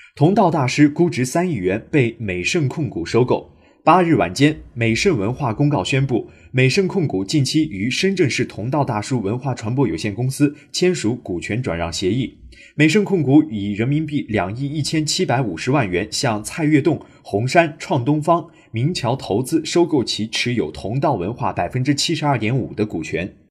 同道大师估值3亿元被美盛控股收购。8日晚间，美盛文化公告宣布，美盛控股近期与深圳市同道大叔文化传播有限公司签署股权转让协议。美盛控股以人民币2亿1750万元向蔡跃动、红杉、创东方、明桥投资收购其持有同道文化72.5%的股权。